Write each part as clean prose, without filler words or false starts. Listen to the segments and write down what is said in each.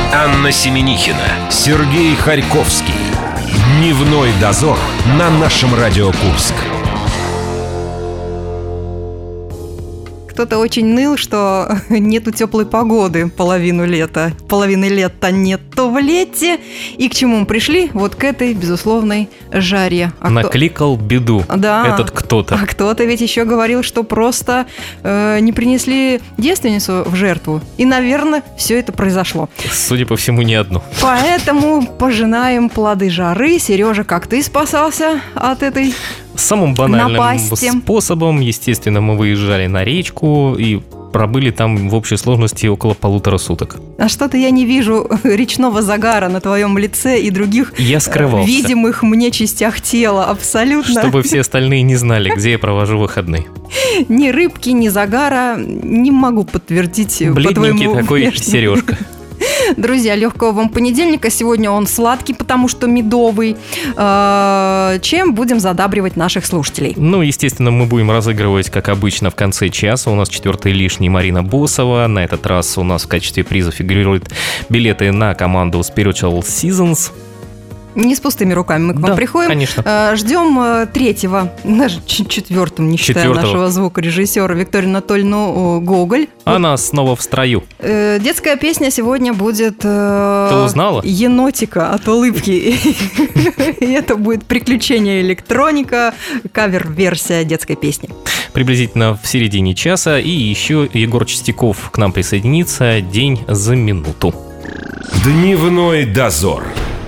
Анна Семенихина, Сергей Харьковский. Дневной дозор на нашем Радио Курск. Кто-то очень ныл, что нету теплой погоды половину лета. Половины лета нету в лете. И к чему мы пришли? Вот к этой безусловной жаре. Накликал беду этот кто-то. А кто-то ведь еще говорил, что просто не принесли девственницу в жертву. И, наверное, все это произошло. Судя по всему, не одну. Поэтому пожинаем плоды жары. Сережа, как ты спасался от этой Самым банальным напасти? Способом, естественно, мы выезжали на речку и пробыли там в общей сложности около 1,5 суток. А что-то я не вижу речного загара на твоем лице и других видимых мне частях тела. Абсолютно. Чтобы все остальные не знали, где я провожу выходные. Ни рыбки, ни загара не могу подтвердить. Бледненький такой Сережка. Друзья, легкого вам понедельника. Сегодня он сладкий, потому что медовый. Чем будем задабривать наших слушателей? Ну, естественно, мы будем разыгрывать, как обычно, в конце часа. У нас 4-й лишний Марина Босова. На этот раз у нас в качестве приза фигурируют билеты на команду Spiritual Seasons. Не с пустыми руками мы к вам приходим. Конечно. Ждем 3-го, даже 4-м, не считая нашего звукорежиссера Викторию Анатольевну Гоголь. Она снова в строю. Детская песня сегодня будет... Ты узнала? Енотика от улыбки. И это будет «Приключения электроника», кавер-версия детской песни. Приблизительно в середине часа. И еще Егор Чистяков к нам присоединится «День за минуту». Дневной дозор.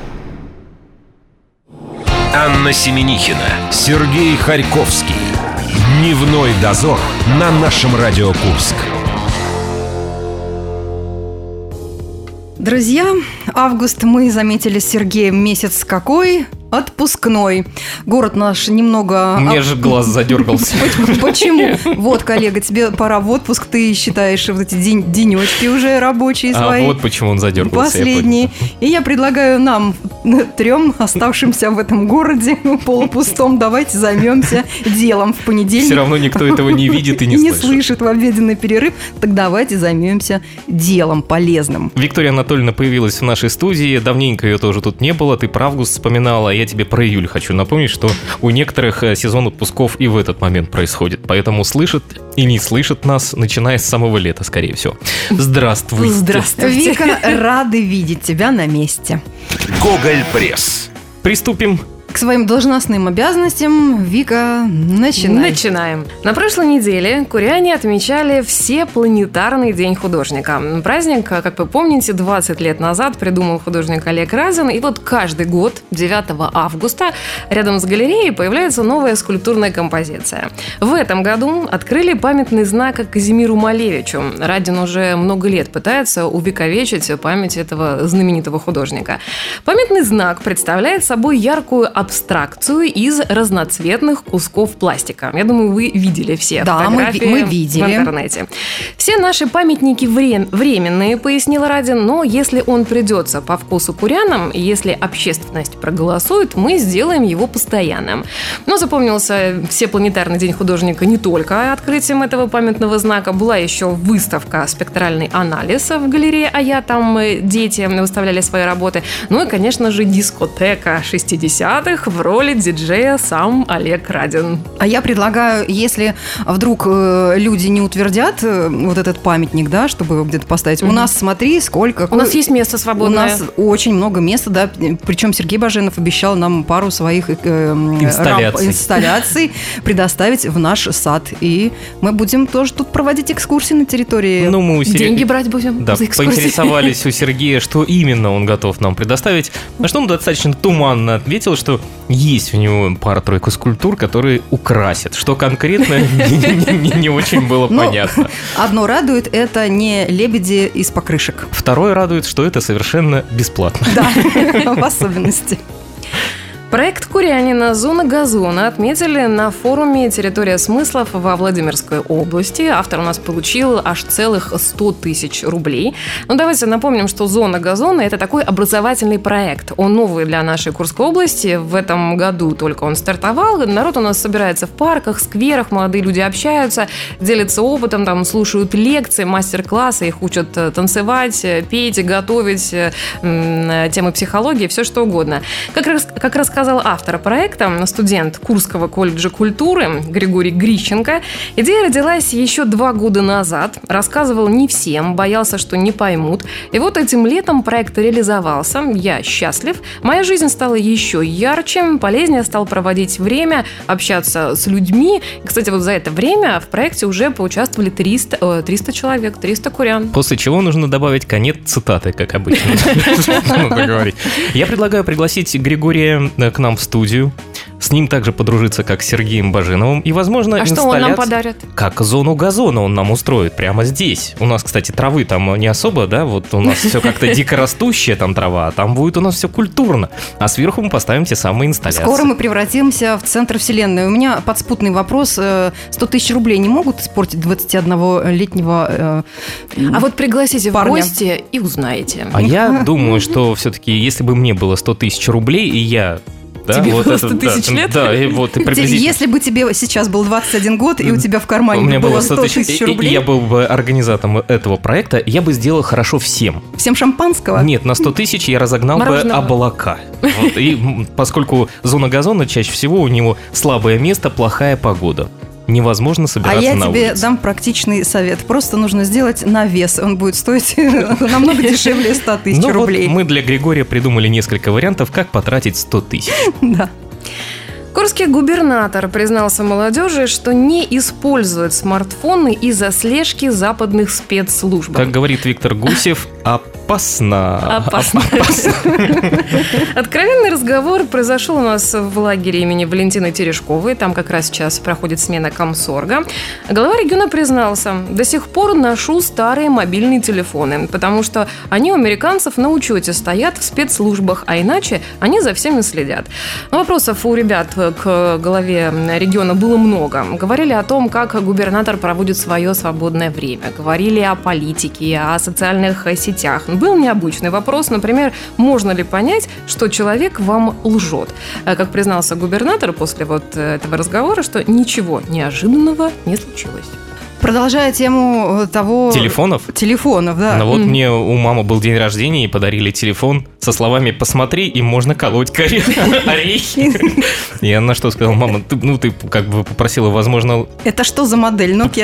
Анна Семенихина, Сергей Харьковский. Дневной дозор на нашем Радио Курск. Друзья, август мы заметили с Сергеем месяц какой? Отпускной. Город наш немного... Мне же глаз задергался. Почему? Вот, коллега, тебе пора в отпуск. Ты считаешь вот эти денечки уже рабочие свои. А вот почему он задергался. Последние. И я предлагаю нам 3 оставшимся в этом городе полупустом, давайте займемся делом в понедельник. Все равно никто этого не видит и не слышит. Не слышит в обеденный перерыв. Так давайте займемся делом полезным. Виктория Анатольевна появилась в нашей студии. Давненько ее тоже тут не было. Ты про август вспоминала. Я тебе про июль хочу напомнить, что у некоторых сезон отпусков и в этот момент происходит. Поэтому слышат и не слышат нас, начиная с самого лета, скорее всего. Здравствуйте. Здравствуйте. Вика, рады видеть тебя на месте. Гоголь Пресс. Приступим к своим должностным обязанностям. Вика, начинаем. На прошлой неделе куряне отмечали Всепланетарный день художника. Праздник, как вы помните, 20 лет назад придумал художник Олег Разин. И вот каждый год, 9 августа, рядом с галереей появляется новая скульптурная композиция. В этом году открыли памятный знак Казимиру Малевичу. Разин уже много лет пытается увековечить память этого знаменитого художника. Памятный знак представляет собой яркую абстракцию из разноцветных кусков пластика. Я думаю, вы видели все фотографии мы видели в интернете. Все наши памятники временные, пояснил Разин, но если он придется по вкусу курянам, если общественность проголосует, мы сделаем его постоянным. Но запомнился Всепланетарный день художника не только открытием этого памятного знака. Была еще выставка «Спектральный анализ» в галерее, а я там дети выставляли свои работы. Ну и, конечно же, дискотека 60-х в роли диджея сам Олег Разин. А я предлагаю, если вдруг люди не утвердят вот этот памятник, да, чтобы его где-то поставить, у нас, смотри, сколько... У нас есть место свободное. У нас очень много места, да, причем Сергей Баженов обещал нам пару своих инсталляций предоставить в наш сад. И мы будем тоже тут проводить экскурсии на территории. Ну, мы деньги брать будем за экскурсии. Поинтересовались у Сергея, что именно он готов нам предоставить. На что он достаточно туманно ответил, что есть у него пара-тройка скульптур, которые украсят. Что конкретно, не очень было понятно. Одно радует, это не лебеди из покрышек. Второе радует, что это совершенно бесплатно. Да, в особенности. Проект Курянина «Зона газона» отметили на форуме «Территория смыслов» во Владимирской области. Автор у нас получил аж целых 100 тысяч рублей. Ну, давайте напомним, что «Зона газона» — это такой образовательный проект. Он новый для нашей Курской области. В этом году только он стартовал. Народ у нас собирается в парках, скверах, молодые люди общаются, делятся опытом, там слушают лекции, мастер-классы, их учат танцевать, петь, готовить, темы психологии, все что угодно. Как рассказал автор проекта, студент Курского колледжа культуры Григорий Грищенко, идея родилась еще 2 года назад. Рассказывал не всем, боялся, что не поймут. И вот этим летом проект реализовался. Я счастлив. Моя жизнь стала еще ярче, полезнее стал проводить время, общаться с людьми. И, кстати, вот за это время в проекте уже поучаствовали 300 человек, 300 курян. После чего нужно добавить конец цитаты, как обычно. Я предлагаю пригласить Григория к нам в студию. С ним также подружиться, как с Сергеем Баженовым. И, возможно, А что он нам подарит? Как зону газона он нам устроит прямо здесь. У нас, кстати, травы там не особо, да? Вот у нас все как-то дикорастущая там трава, а там будет у нас все культурно. А сверху мы поставим те самые инсталляции. Скоро мы превратимся в центр вселенной. У меня подспутный вопрос. 100 тысяч рублей не могут испортить 21-летнего А вот пригласите парня в гости и узнаете. А я думаю, что все-таки, если бы мне было 100 тысяч рублей, и я... Да, Тебе вот было это, 100 тысяч лет? Да, и вот и приблизительно... Если бы тебе сейчас был 21 год, и у тебя в кармане У меня было 100 тысяч рублей, и я был бы организатором этого проекта, я бы сделал хорошо всем. всем шампанского? Нет, на 100 тысяч я разогнал Мороженого. бы облака. Вот, и поскольку зона газона, чаще всего у него слабое место, плохая погода. Невозможно А собираться я на тебе улице. дам практичный совет. Просто нужно сделать навес. Он будет стоить намного дешевле 100 тысяч Ну рублей. вот мы для Григория придумали несколько вариантов, как потратить 100 тысяч. Да. Курский губернатор признался молодежи, что не использует смартфоны из-за слежки западных спецслужб. Как говорит Виктор Гусев, опасно. Опасно. Откровенный разговор произошел у нас в лагере имени Валентины Терешковой. Там как раз сейчас проходит смена комсорга. Глава региона признался: до сих пор ношу старые мобильные телефоны, потому что они у американцев на учете стоят в спецслужбах, а иначе они за всеми следят. Но вопросов у ребят к главе региона было много. Говорили о том, как губернатор проводит свое свободное время. Говорили о политике, о социальных сетях. Был необычный вопрос, например, можно ли понять, что человек вам лжет? Как признался губернатор после вот этого разговора, что ничего неожиданного не случилось. Продолжая тему того... Телефонов? Телефонов, да. Ну вот мне у мамы был день рождения, и подарили телефон со словами «посмотри, им можно колоть орехи». Я на что сказал: мама, ты как бы попросила, возможно... Это что за модель? Nokia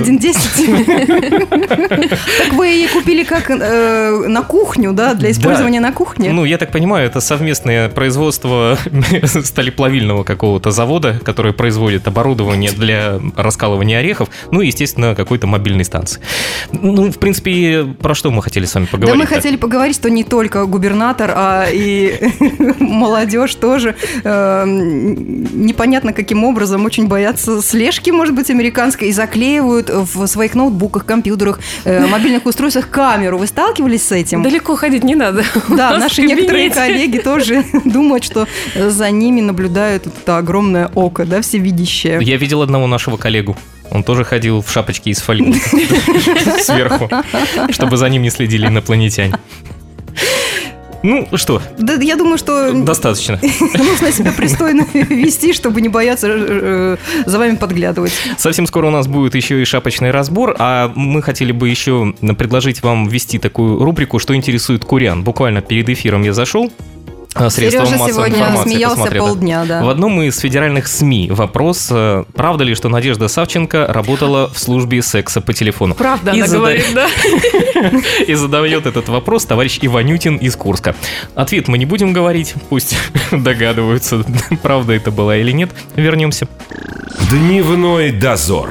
2110? Так вы ее купили как на кухню, да? Для использования на кухне? Ну, я так понимаю, это совместное производство сталеплавильного какого-то завода, который производит оборудование для раскалывания орехов, ну и, естественно, какой-то мобильной станции. Ну, в принципе, про что мы хотели с вами поговорить? Да, мы хотели поговорить, что не только губернатор, а и молодежь тоже непонятно каким образом очень боятся слежки, может быть, американской, и заклеивают в своих ноутбуках, компьютерах, мобильных устройствах камеру. Вы сталкивались с этим? Далеко ходить не надо. Да, наши некоторые коллеги тоже думают, что за ними наблюдает это огромное око, да, всевидящее. Я видел одного нашего коллегу. Он тоже ходил в шапочке из фольги сверху, чтобы за ним не следили инопланетяне. Ну, что? Да, я думаю, что достаточно. Нужно себя пристойно вести, чтобы не бояться за вами подглядывать. Совсем скоро у нас будет еще и шапочный разбор, а мы хотели бы еще предложить вам ввести такую рубрику «Что интересует курян». Буквально перед эфиром я зашел. Сережа сегодня смеялся полдня, да. В одном из федеральных СМИ вопрос: правда ли, что Надежда Савченко работала в службе секса по телефону? Правда, она говорит, да. И задает этот вопрос товарищ Иванютин из Курска. Ответ мы не будем говорить, пусть догадываются, правда это была или нет. Вернемся. Дневной дозор.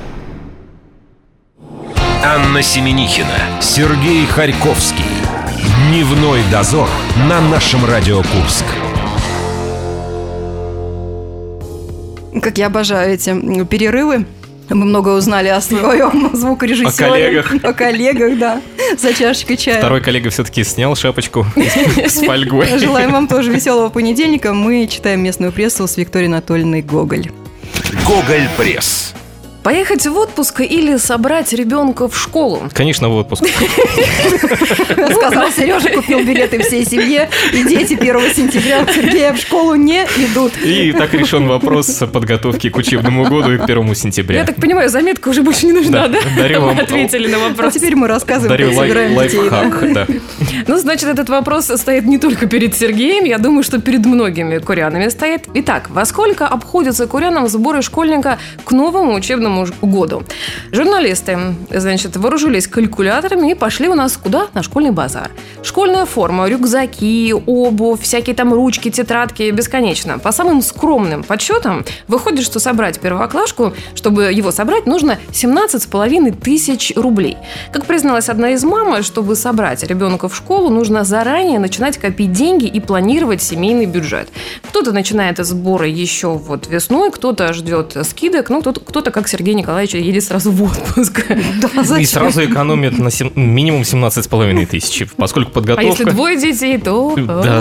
Анна Семенихина, Сергей Харьковский. Дневной дозор на нашем Радио Курск. Как я обожаю эти перерывы Мы много узнали о своем звукорежиссере. О коллегах, да, за чашечкой чая. Второй коллега все-таки снял шапочку с фольгой. Желаем вам тоже веселого понедельника. Мы читаем местную прессу с Викторией Анатольевной Гоголь. Гоголь пресс. Поехать в отпуск или собрать ребенка в школу? Конечно, в отпуск. Сказал Сережа, купил билеты всей семье, и дети 1 сентября Сергея в школу не идут. И так решен вопрос подготовки к учебному году и к 1 сентября. Я так понимаю, заметка уже больше не нужна, да? Дарю вам. Мы ответили на вопрос. А теперь мы рассказываем, как собираем детей. Лайфхак, да. Ну, значит, этот вопрос стоит не только перед Сергеем, я думаю, что перед многими курянами стоит. Итак, во сколько обходятся курянам сборы школьника к новому учебному году? Журналисты, значит, вооружились калькуляторами и пошли у нас куда? На школьный базар. Школьная форма, рюкзаки, обувь, всякие там ручки, тетрадки, бесконечно. По самым скромным подсчетам выходит, что собрать первоклашку, чтобы его собрать, нужно 17,5 тысяч рублей. Как призналась одна из мам, чтобы собрать ребенка в школу, нужно заранее начинать копить деньги и планировать семейный бюджет. Кто-то начинает сборы еще вот весной, кто-то ждет скидок, ну, кто-то, как Сергей Николаевич, едет сразу в отпуск. Да, и сразу экономит на минимум 17,5 тысяч, поскольку подготовка... А если 2 детей, то... Да.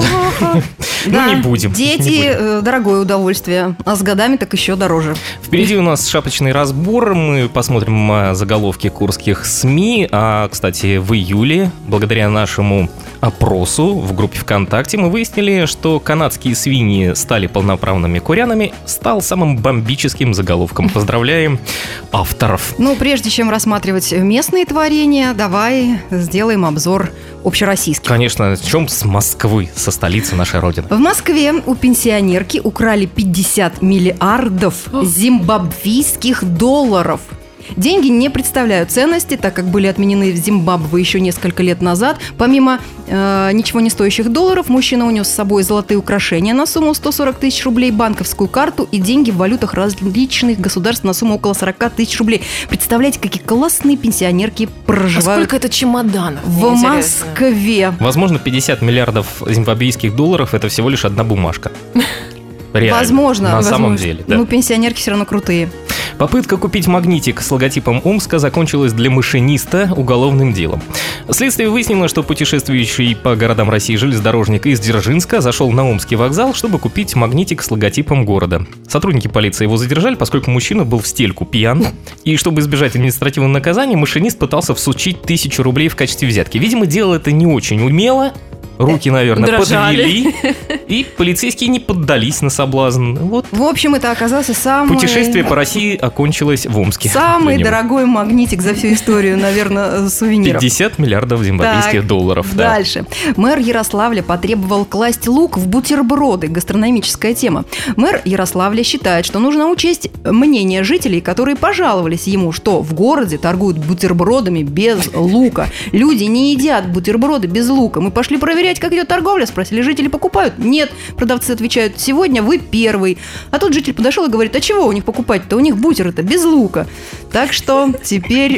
Ну, не будем. Дети – дорогое удовольствие, а с годами так еще дороже. Впереди у нас шапочный разбор. Мы посмотрим заголовки курских СМИ. А, кстати, в июле, благодаря нашему опросу в группе ВКонтакте, мы выяснили, что канадские свиньи стали полноправными курянами, стал самым бомбическим заголовком. Поздравляем авторов. Ну, прежде чем рассматривать местные творения, давай сделаем обзор общероссийский. Конечно, начнем с Москвы, со столицы нашей Родины. В Москве у пенсионерки украли 50 миллиардов зимбабвийских долларов. Деньги не представляют ценности, так как были отменены в Зимбабве еще несколько лет назад. Помимо ничего не стоящих долларов, мужчина унес с собой золотые украшения на сумму 140 тысяч рублей, банковскую карту и деньги в валютах различных государств на сумму около 40 тысяч рублей. Представляете, какие классные пенсионерки проживают. А сколько это чемоданов? В Москве. Возможно, 50 миллиардов зимбабвийских долларов – это всего лишь одна бумажка. Реально, возможно. На самом деле, да. Ну, пенсионерки все равно крутые. Попытка купить магнитик с логотипом Омска закончилась для машиниста уголовным делом. Следствие выяснило, что путешествующий по городам России железнодорожник из Дзержинска зашел на Омский вокзал, чтобы купить магнитик с логотипом города. Сотрудники полиции его задержали, поскольку мужчина был в стельку пьян. И чтобы избежать административного наказания, машинист пытался всучить 1000 рублей в качестве взятки. Видимо, делал это не очень умело. Руки, наверное, подвели, и полицейские не поддались на соблазн. Вот. В общем, это оказался самый... Путешествие по России окончилось в Омске. Самый дорогой магнитик за всю историю, наверное, сувениров. 50 миллиардов зимбабвийских долларов. Дальше. Мэр Ярославля потребовал класть лук в бутерброды. Гастрономическая тема. Мэр Ярославля считает, что нужно учесть мнение жителей, которые пожаловались ему, что в городе торгуют бутербродами без лука. Люди не едят бутерброды без лука. Мы пошли проверять, как идет торговля, спросили, жители покупают? Нет. Продавцы отвечают, сегодня вы первый. А тут житель подошел и говорит, а чего у них покупать-то? У них бутеры-то без лука. Так что теперь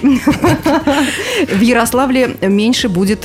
в Ярославле меньше будет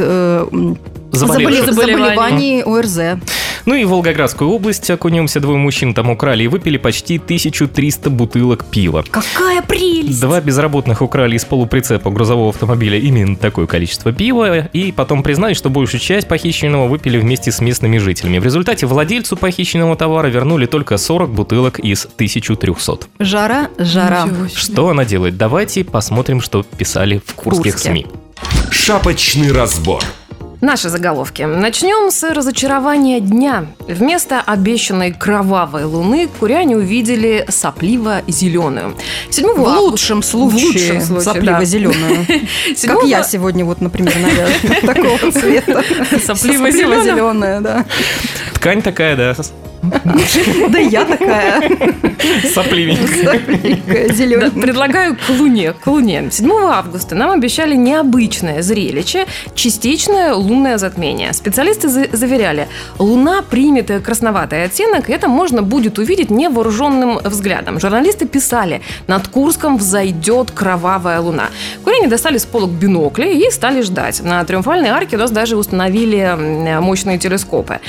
заболеваний ОРЗ. Ну и в Волгоградскую область окунемся. 2 мужчин там украли и выпили почти 1300 бутылок пива. Какая прелесть! 2 безработных украли из полуприцепа грузового автомобиля именно такое количество пива. И потом признались, что большую часть похищенного выпили вместе с местными жителями. В результате владельцу похищенного товара вернули только 40 бутылок из 1300. Жара. Что она делает? Давайте посмотрим, что писали в курских СМИ. Шапочный разбор. Наши заголовки. Начнем с разочарования дня. Вместо обещанной кровавой луны куряне увидели сопливо-зеленую. В лучшем случае сопливо-зеленую. Как я сегодня, вот, например, наверное, такого цвета. Сопливо-зеленая, да. Ткань такая, да. Да я такая. Сопливенькая. Зеленая. Предлагаю к луне. 7 августа нам обещали необычное зрелище, частичное лунное затмение. Специалисты заверяли, луна примет красноватый оттенок, и это можно будет увидеть невооруженным взглядом. Журналисты писали, над Курском взойдет кровавая луна. Куряне достали с полок бинокли и стали ждать. На Триумфальной арке у нас даже установили мощные телескопы.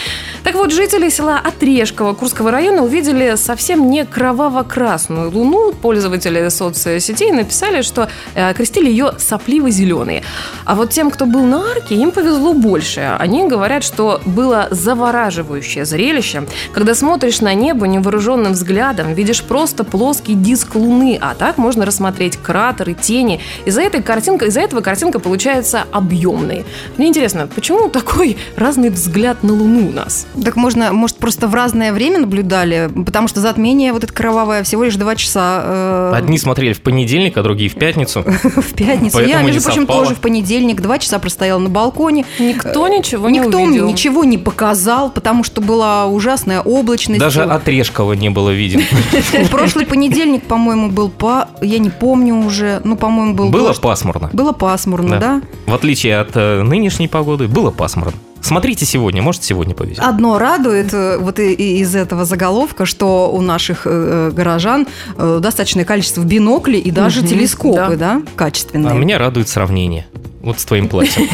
Так вот, жители села Отрешково Курского района увидели совсем не кроваво-красную луну. Пользователи соцсетей написали, что крестили ее сопливо-зеленой. А вот тем, кто был на арке, им повезло больше. Они говорят, что было завораживающее зрелище, когда смотришь на небо невооруженным взглядом, видишь просто плоский диск луны, а так можно рассмотреть кратеры, тени. Из-за этого картинка получается объемной. Мне интересно, почему такой разный взгляд на луну у нас? Так может, просто в разное время наблюдали, потому что затмение вот это кровавое всего лишь 2 часа. Одни смотрели в понедельник, а другие в пятницу. В пятницу. Я, между прочим, тоже в понедельник 2 часа простояла на балконе. Никто ничего не увидел. Никто мне ничего не показал, потому что была ужасная облачность. Даже Отрешково не было виден. Прошлый понедельник, по-моему, был я не помню уже, по-моему, был Было дождь. пасмурно. Было пасмурно, да. В отличие от нынешней погоды, было пасмурно. Смотрите сегодня, может, сегодня повезет. Одно радует вот из этого заголовка, что у наших горожан достаточное количество биноклей и даже телескопы, да, качественные. А меня радует сравнение. Вот с твоим платьем.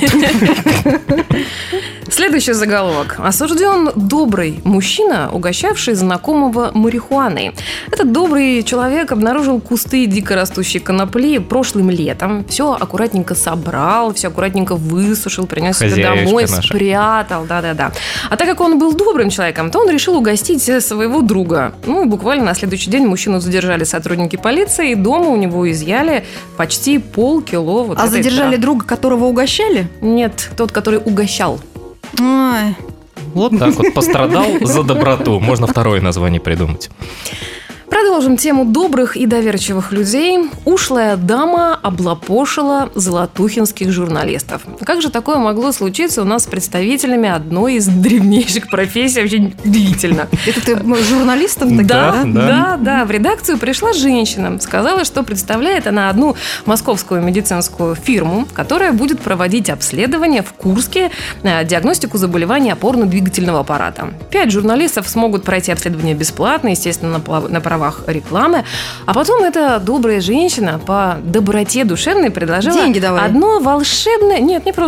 Следующий заголовок. Осужден добрый мужчина, угощавший знакомого марихуаной. Этот добрый человек обнаружил кусты дикорастущей конопли прошлым летом. Все аккуратненько собрал, все аккуратненько высушил, принес себе домой, спрятал. Да-да-да. А так как он был добрым человеком, то он решил угостить своего друга. И буквально на следующий день мужчину задержали сотрудники полиции, и дома у него изъяли почти полкило вот этой задержали друга, которого угощали? Нет, тот, который угощал. Ой. Вот так вот, пострадал за доброту. Можно второе название придумать. Продолжим тему добрых и доверчивых людей. Ушлая дама облапошила золотухинских журналистов. Как же такое могло случиться у нас с представителями одной из древнейших профессий? Очень удивительно. Это ты журналистов? Да. В редакцию пришла женщина. Сказала, что представляет она одну московскую медицинскую фирму, которая будет проводить обследование в Курске, диагностику заболеваний опорно-двигательного аппарата. 5 журналистов смогут пройти обследование бесплатно, естественно, на правах рекламы. А потом эта добрая женщина по доброте душевной предложила деньги давай. Одно волшебное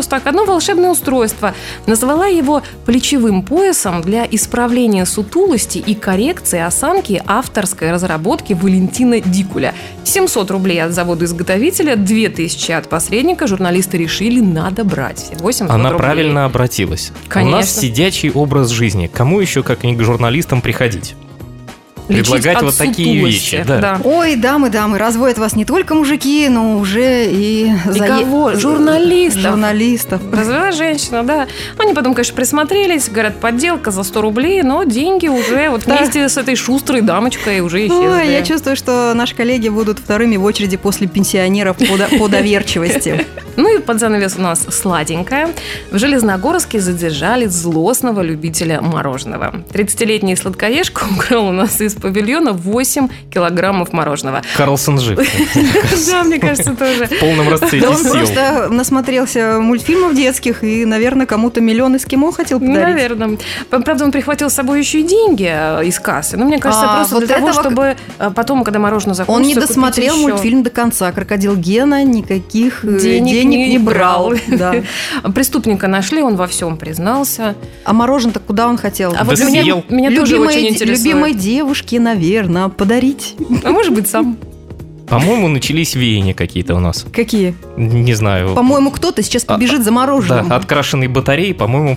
устройство. Назвала его плечевым поясом для исправления сутулости и коррекции осанки авторской разработки Валентина Дикуля. 700 рублей от завода-изготовителя, 2000 от посредника. Журналисты решили, надо брать. 800 Она рублей. правильно обратилась. Конечно. У нас сидячий образ жизни. Кому еще, как не к журналистам, приходить? Предлагать вот такие вещи. Да. Ой, дамы, разводят вас не только мужики, но уже и... кого? Журналистов. Развела женщина, да. Они потом, конечно, присмотрелись, говорят, подделка за 100 рублей, но деньги уже вот вместе с этой шустрой дамочкой уже исчезли. Ой, я чувствую, что наши коллеги будут вторыми в очереди после пенсионеров по доверчивости. И под занавес у нас сладенькое. В Железногорске задержали злостного любителя мороженого. 30-летний сладкоежка украл у нас из павильона 8 килограммов мороженого. Карлсон жив. Да, мне кажется, тоже. В полном расцвете Он сил. просто насмотрелся мультфильмов детских и, наверное, кому-то миллион эскимо хотел подарить. Наверное. Правда, он прихватил с собой еще и деньги из кассы. Но мне кажется, просто вот для того, чтобы потом, когда мороженое закончится, он не досмотрел мультфильм до конца. Крокодил Гена никаких денег не брал. Да. Преступника нашли, он во всем признался. А мороженое-то куда он хотел? А вот меня тоже очень интересует. Любимой девушке, наверное, подарить. А может быть, сам. По-моему, начались веяния какие-то у нас. Какие? Не знаю. По-моему, кто-то сейчас побежит за мороженым. Да, от крашеной батареи, по-моему,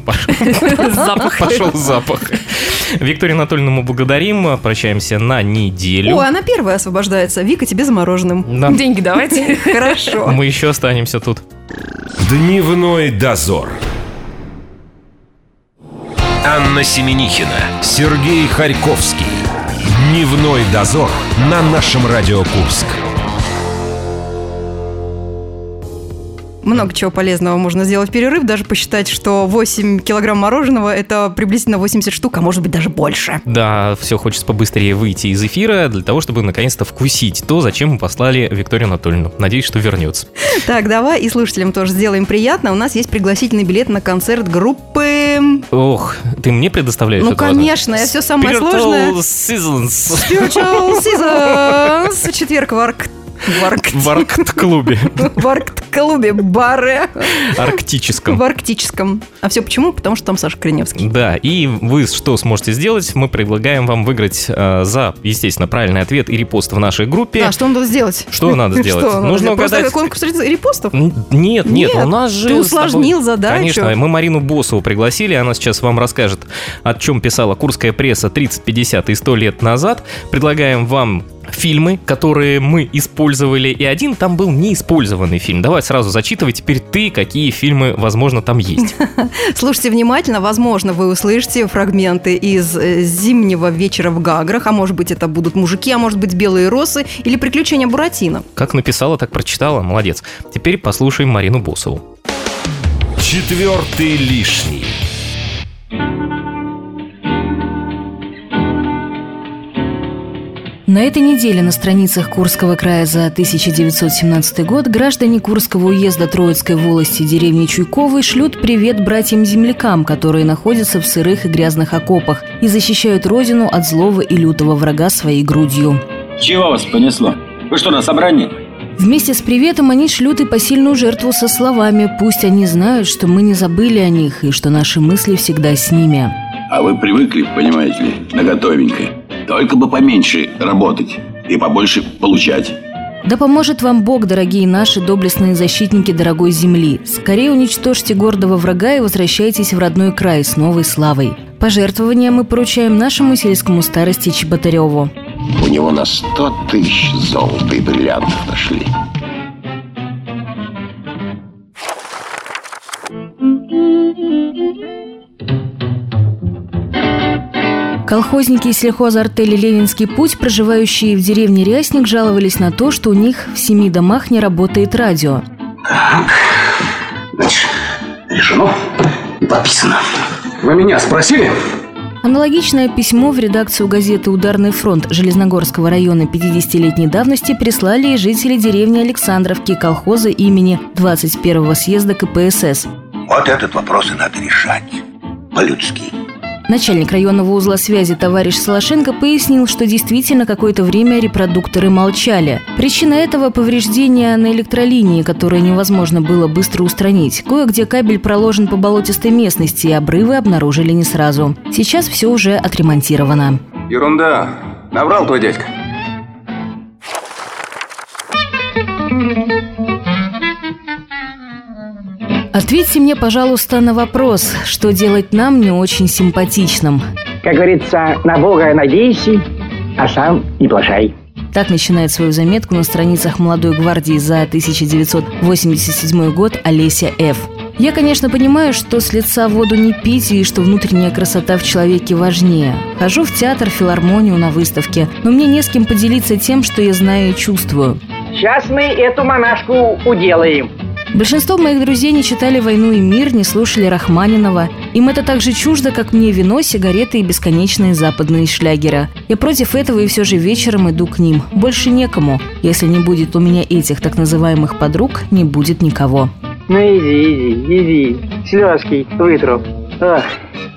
пошел запах. Викторию Анатольевну мы благодарим. Прощаемся на неделю. Ой, она первая освобождается. Вика, тебе за мороженым. Да. Деньги давайте. Хорошо. Мы еще останемся тут. Дневной дозор. Анна Семенихина, Сергей Харьковский. Дневной дозор на нашем Радио Курск. Много чего полезного можно сделать в перерыв. Даже посчитать, что 8 килограмм мороженого – это приблизительно 80 штук, а может быть даже больше. Да, все хочется побыстрее выйти из эфира для того, чтобы наконец-то вкусить то, зачем мы послали Викторию Анатольевну. Надеюсь, что вернется. Так, давай и слушателям тоже сделаем приятно. У нас есть пригласительный билет на концерт группы... Ох, ты мне предоставляешь это? Конечно, я все самое сложное. Spiritual Seasons. В четверг в В Аркт-клубе. В Аркт-клубе Баре. Арктическом. В арктическом. А все почему? Потому что там Саша Криневский. Да, и вы что сможете сделать? Мы предлагаем вам выиграть за, естественно, правильный ответ и репост в нашей группе. Да, что надо сделать? Что надо сделать? Нужно угадать. Просто конкурс репостов? Нет, у нас же... Ты усложнил задачу. Конечно, мы Марину Босову пригласили, она сейчас вам расскажет, о чем писала курская пресса 30, 50 и 100 лет назад. Предлагаем вам фильмы, которые мы использовали, и один там был неиспользованный фильм. Давай сразу зачитывай теперь ты, какие фильмы, возможно, там есть. Слушайте внимательно, возможно, вы услышите фрагменты из «Зимнего вечера в Гаграх», а может быть, это будут «Мужики», а может быть, «Белые росы» или «Приключения Буратино». Как написала, так прочитала, молодец. Теперь послушаем Марину Босову. Четвертый лишний. На этой неделе на страницах Курского края за 1917 год граждане Курского уезда Троицкой волости деревни Чуйковой шлют привет братьям-землякам, которые находятся в сырых и грязных окопах и защищают родину от злого и лютого врага своей грудью. Чего вас понесло? Вы что, на собрании? Вместе с приветом они шлют и посильную жертву со словами: «Пусть они знают, что мы не забыли о них и что наши мысли всегда с ними». А вы привыкли, понимаете ли, на готовенькое. Только бы поменьше работать и побольше получать. Да поможет вам Бог, дорогие наши доблестные защитники дорогой земли. Скорее уничтожьте гордого врага и возвращайтесь в родной край с новой славой. Пожертвования мы поручаем нашему сельскому старости Чеботареву. У него на 100 тысяч золота и бриллиантов нашли. Колхозники из сельхозартели «Ленинский путь», проживающие в деревне Рясник, жаловались на то, что у них в 7 домах не работает радио. Так, значит, решено и подписано. Вы меня спросили? Аналогичное письмо в редакцию газеты «Ударный фронт» Железногорского района 50-летней давности прислали и жители деревни Александровки колхоза имени 21-го съезда КПСС. Вот этот вопрос и надо решать по-людски. Начальник районного узла связи товарищ Солошенко пояснил, что действительно какое-то время репродукторы молчали. Причина этого – повреждения на электролинии, которые невозможно было быстро устранить. Кое-где кабель проложен по болотистой местности, и обрывы обнаружили не сразу. Сейчас все уже отремонтировано. Ерунда. Наврал твой дядька. Ответьте мне, пожалуйста, на вопрос, что делать нам не очень симпатичным. Как говорится, на Бога надейся, а сам не плашай. Так начинает свою заметку на страницах «Молодой гвардии» за 1987 год Олеся Ф. Я, конечно, понимаю, что с лица воду не пить и что внутренняя красота в человеке важнее. Хожу в театр, филармонию, на выставке, но мне не с кем поделиться тем, что я знаю и чувствую. Сейчас мы эту монашку уделаем. Большинство моих друзей не читали «Войну и мир», не слушали Рахманинова. Им это так же чуждо, как мне вино, сигареты и бесконечные западные шлягеры. Я против этого и все же вечером иду к ним. Больше некому. Если не будет у меня этих так называемых подруг, не будет никого. Ну иди, слезки вытру. Ах.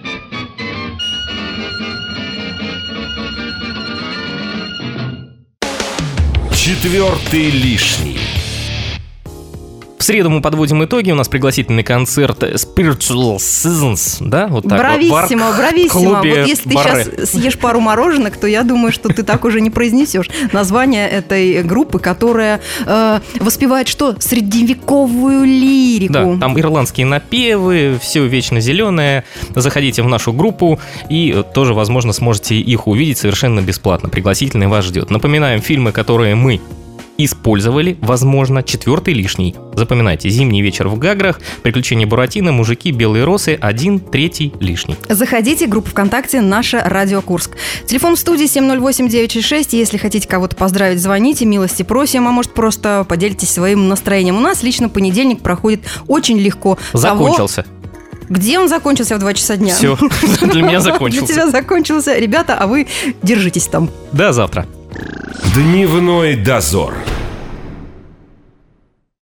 Четвертый лишний. В среду мы подводим итоги. У нас пригласительный концерт Spiritual Seasons, да? Вот так. Брависсимо, брависсимо. Вот если Баре. ты сейчас съешь пару мороженок, то я думаю, что ты так уже не произнесешь название этой группы, которая воспевает что? Средневековую лирику. Да, там ирландские напевы, все вечно зеленое. Заходите в нашу группу и тоже, возможно, сможете их увидеть совершенно бесплатно. Пригласительный вас ждет. Напоминаем, фильмы, которые мы использовали, возможно, четвертый лишний. Запоминайте: «Зимний вечер в Гаграх», «Приключения Буратино», «Мужики», «Белые росы», 1 третий лишний. Заходите, группа ВКонтакте «Наше Радио Курск». Телефон в студии 708-966. Если хотите кого-то поздравить, звоните, милости просим, а может просто поделитесь своим настроением. У нас лично понедельник проходит очень легко. Закончился. Где он закончился в 2 часа дня? Все, для меня закончился. Для тебя закончился. Ребята, а вы держитесь там. До завтра. Дневной дозор.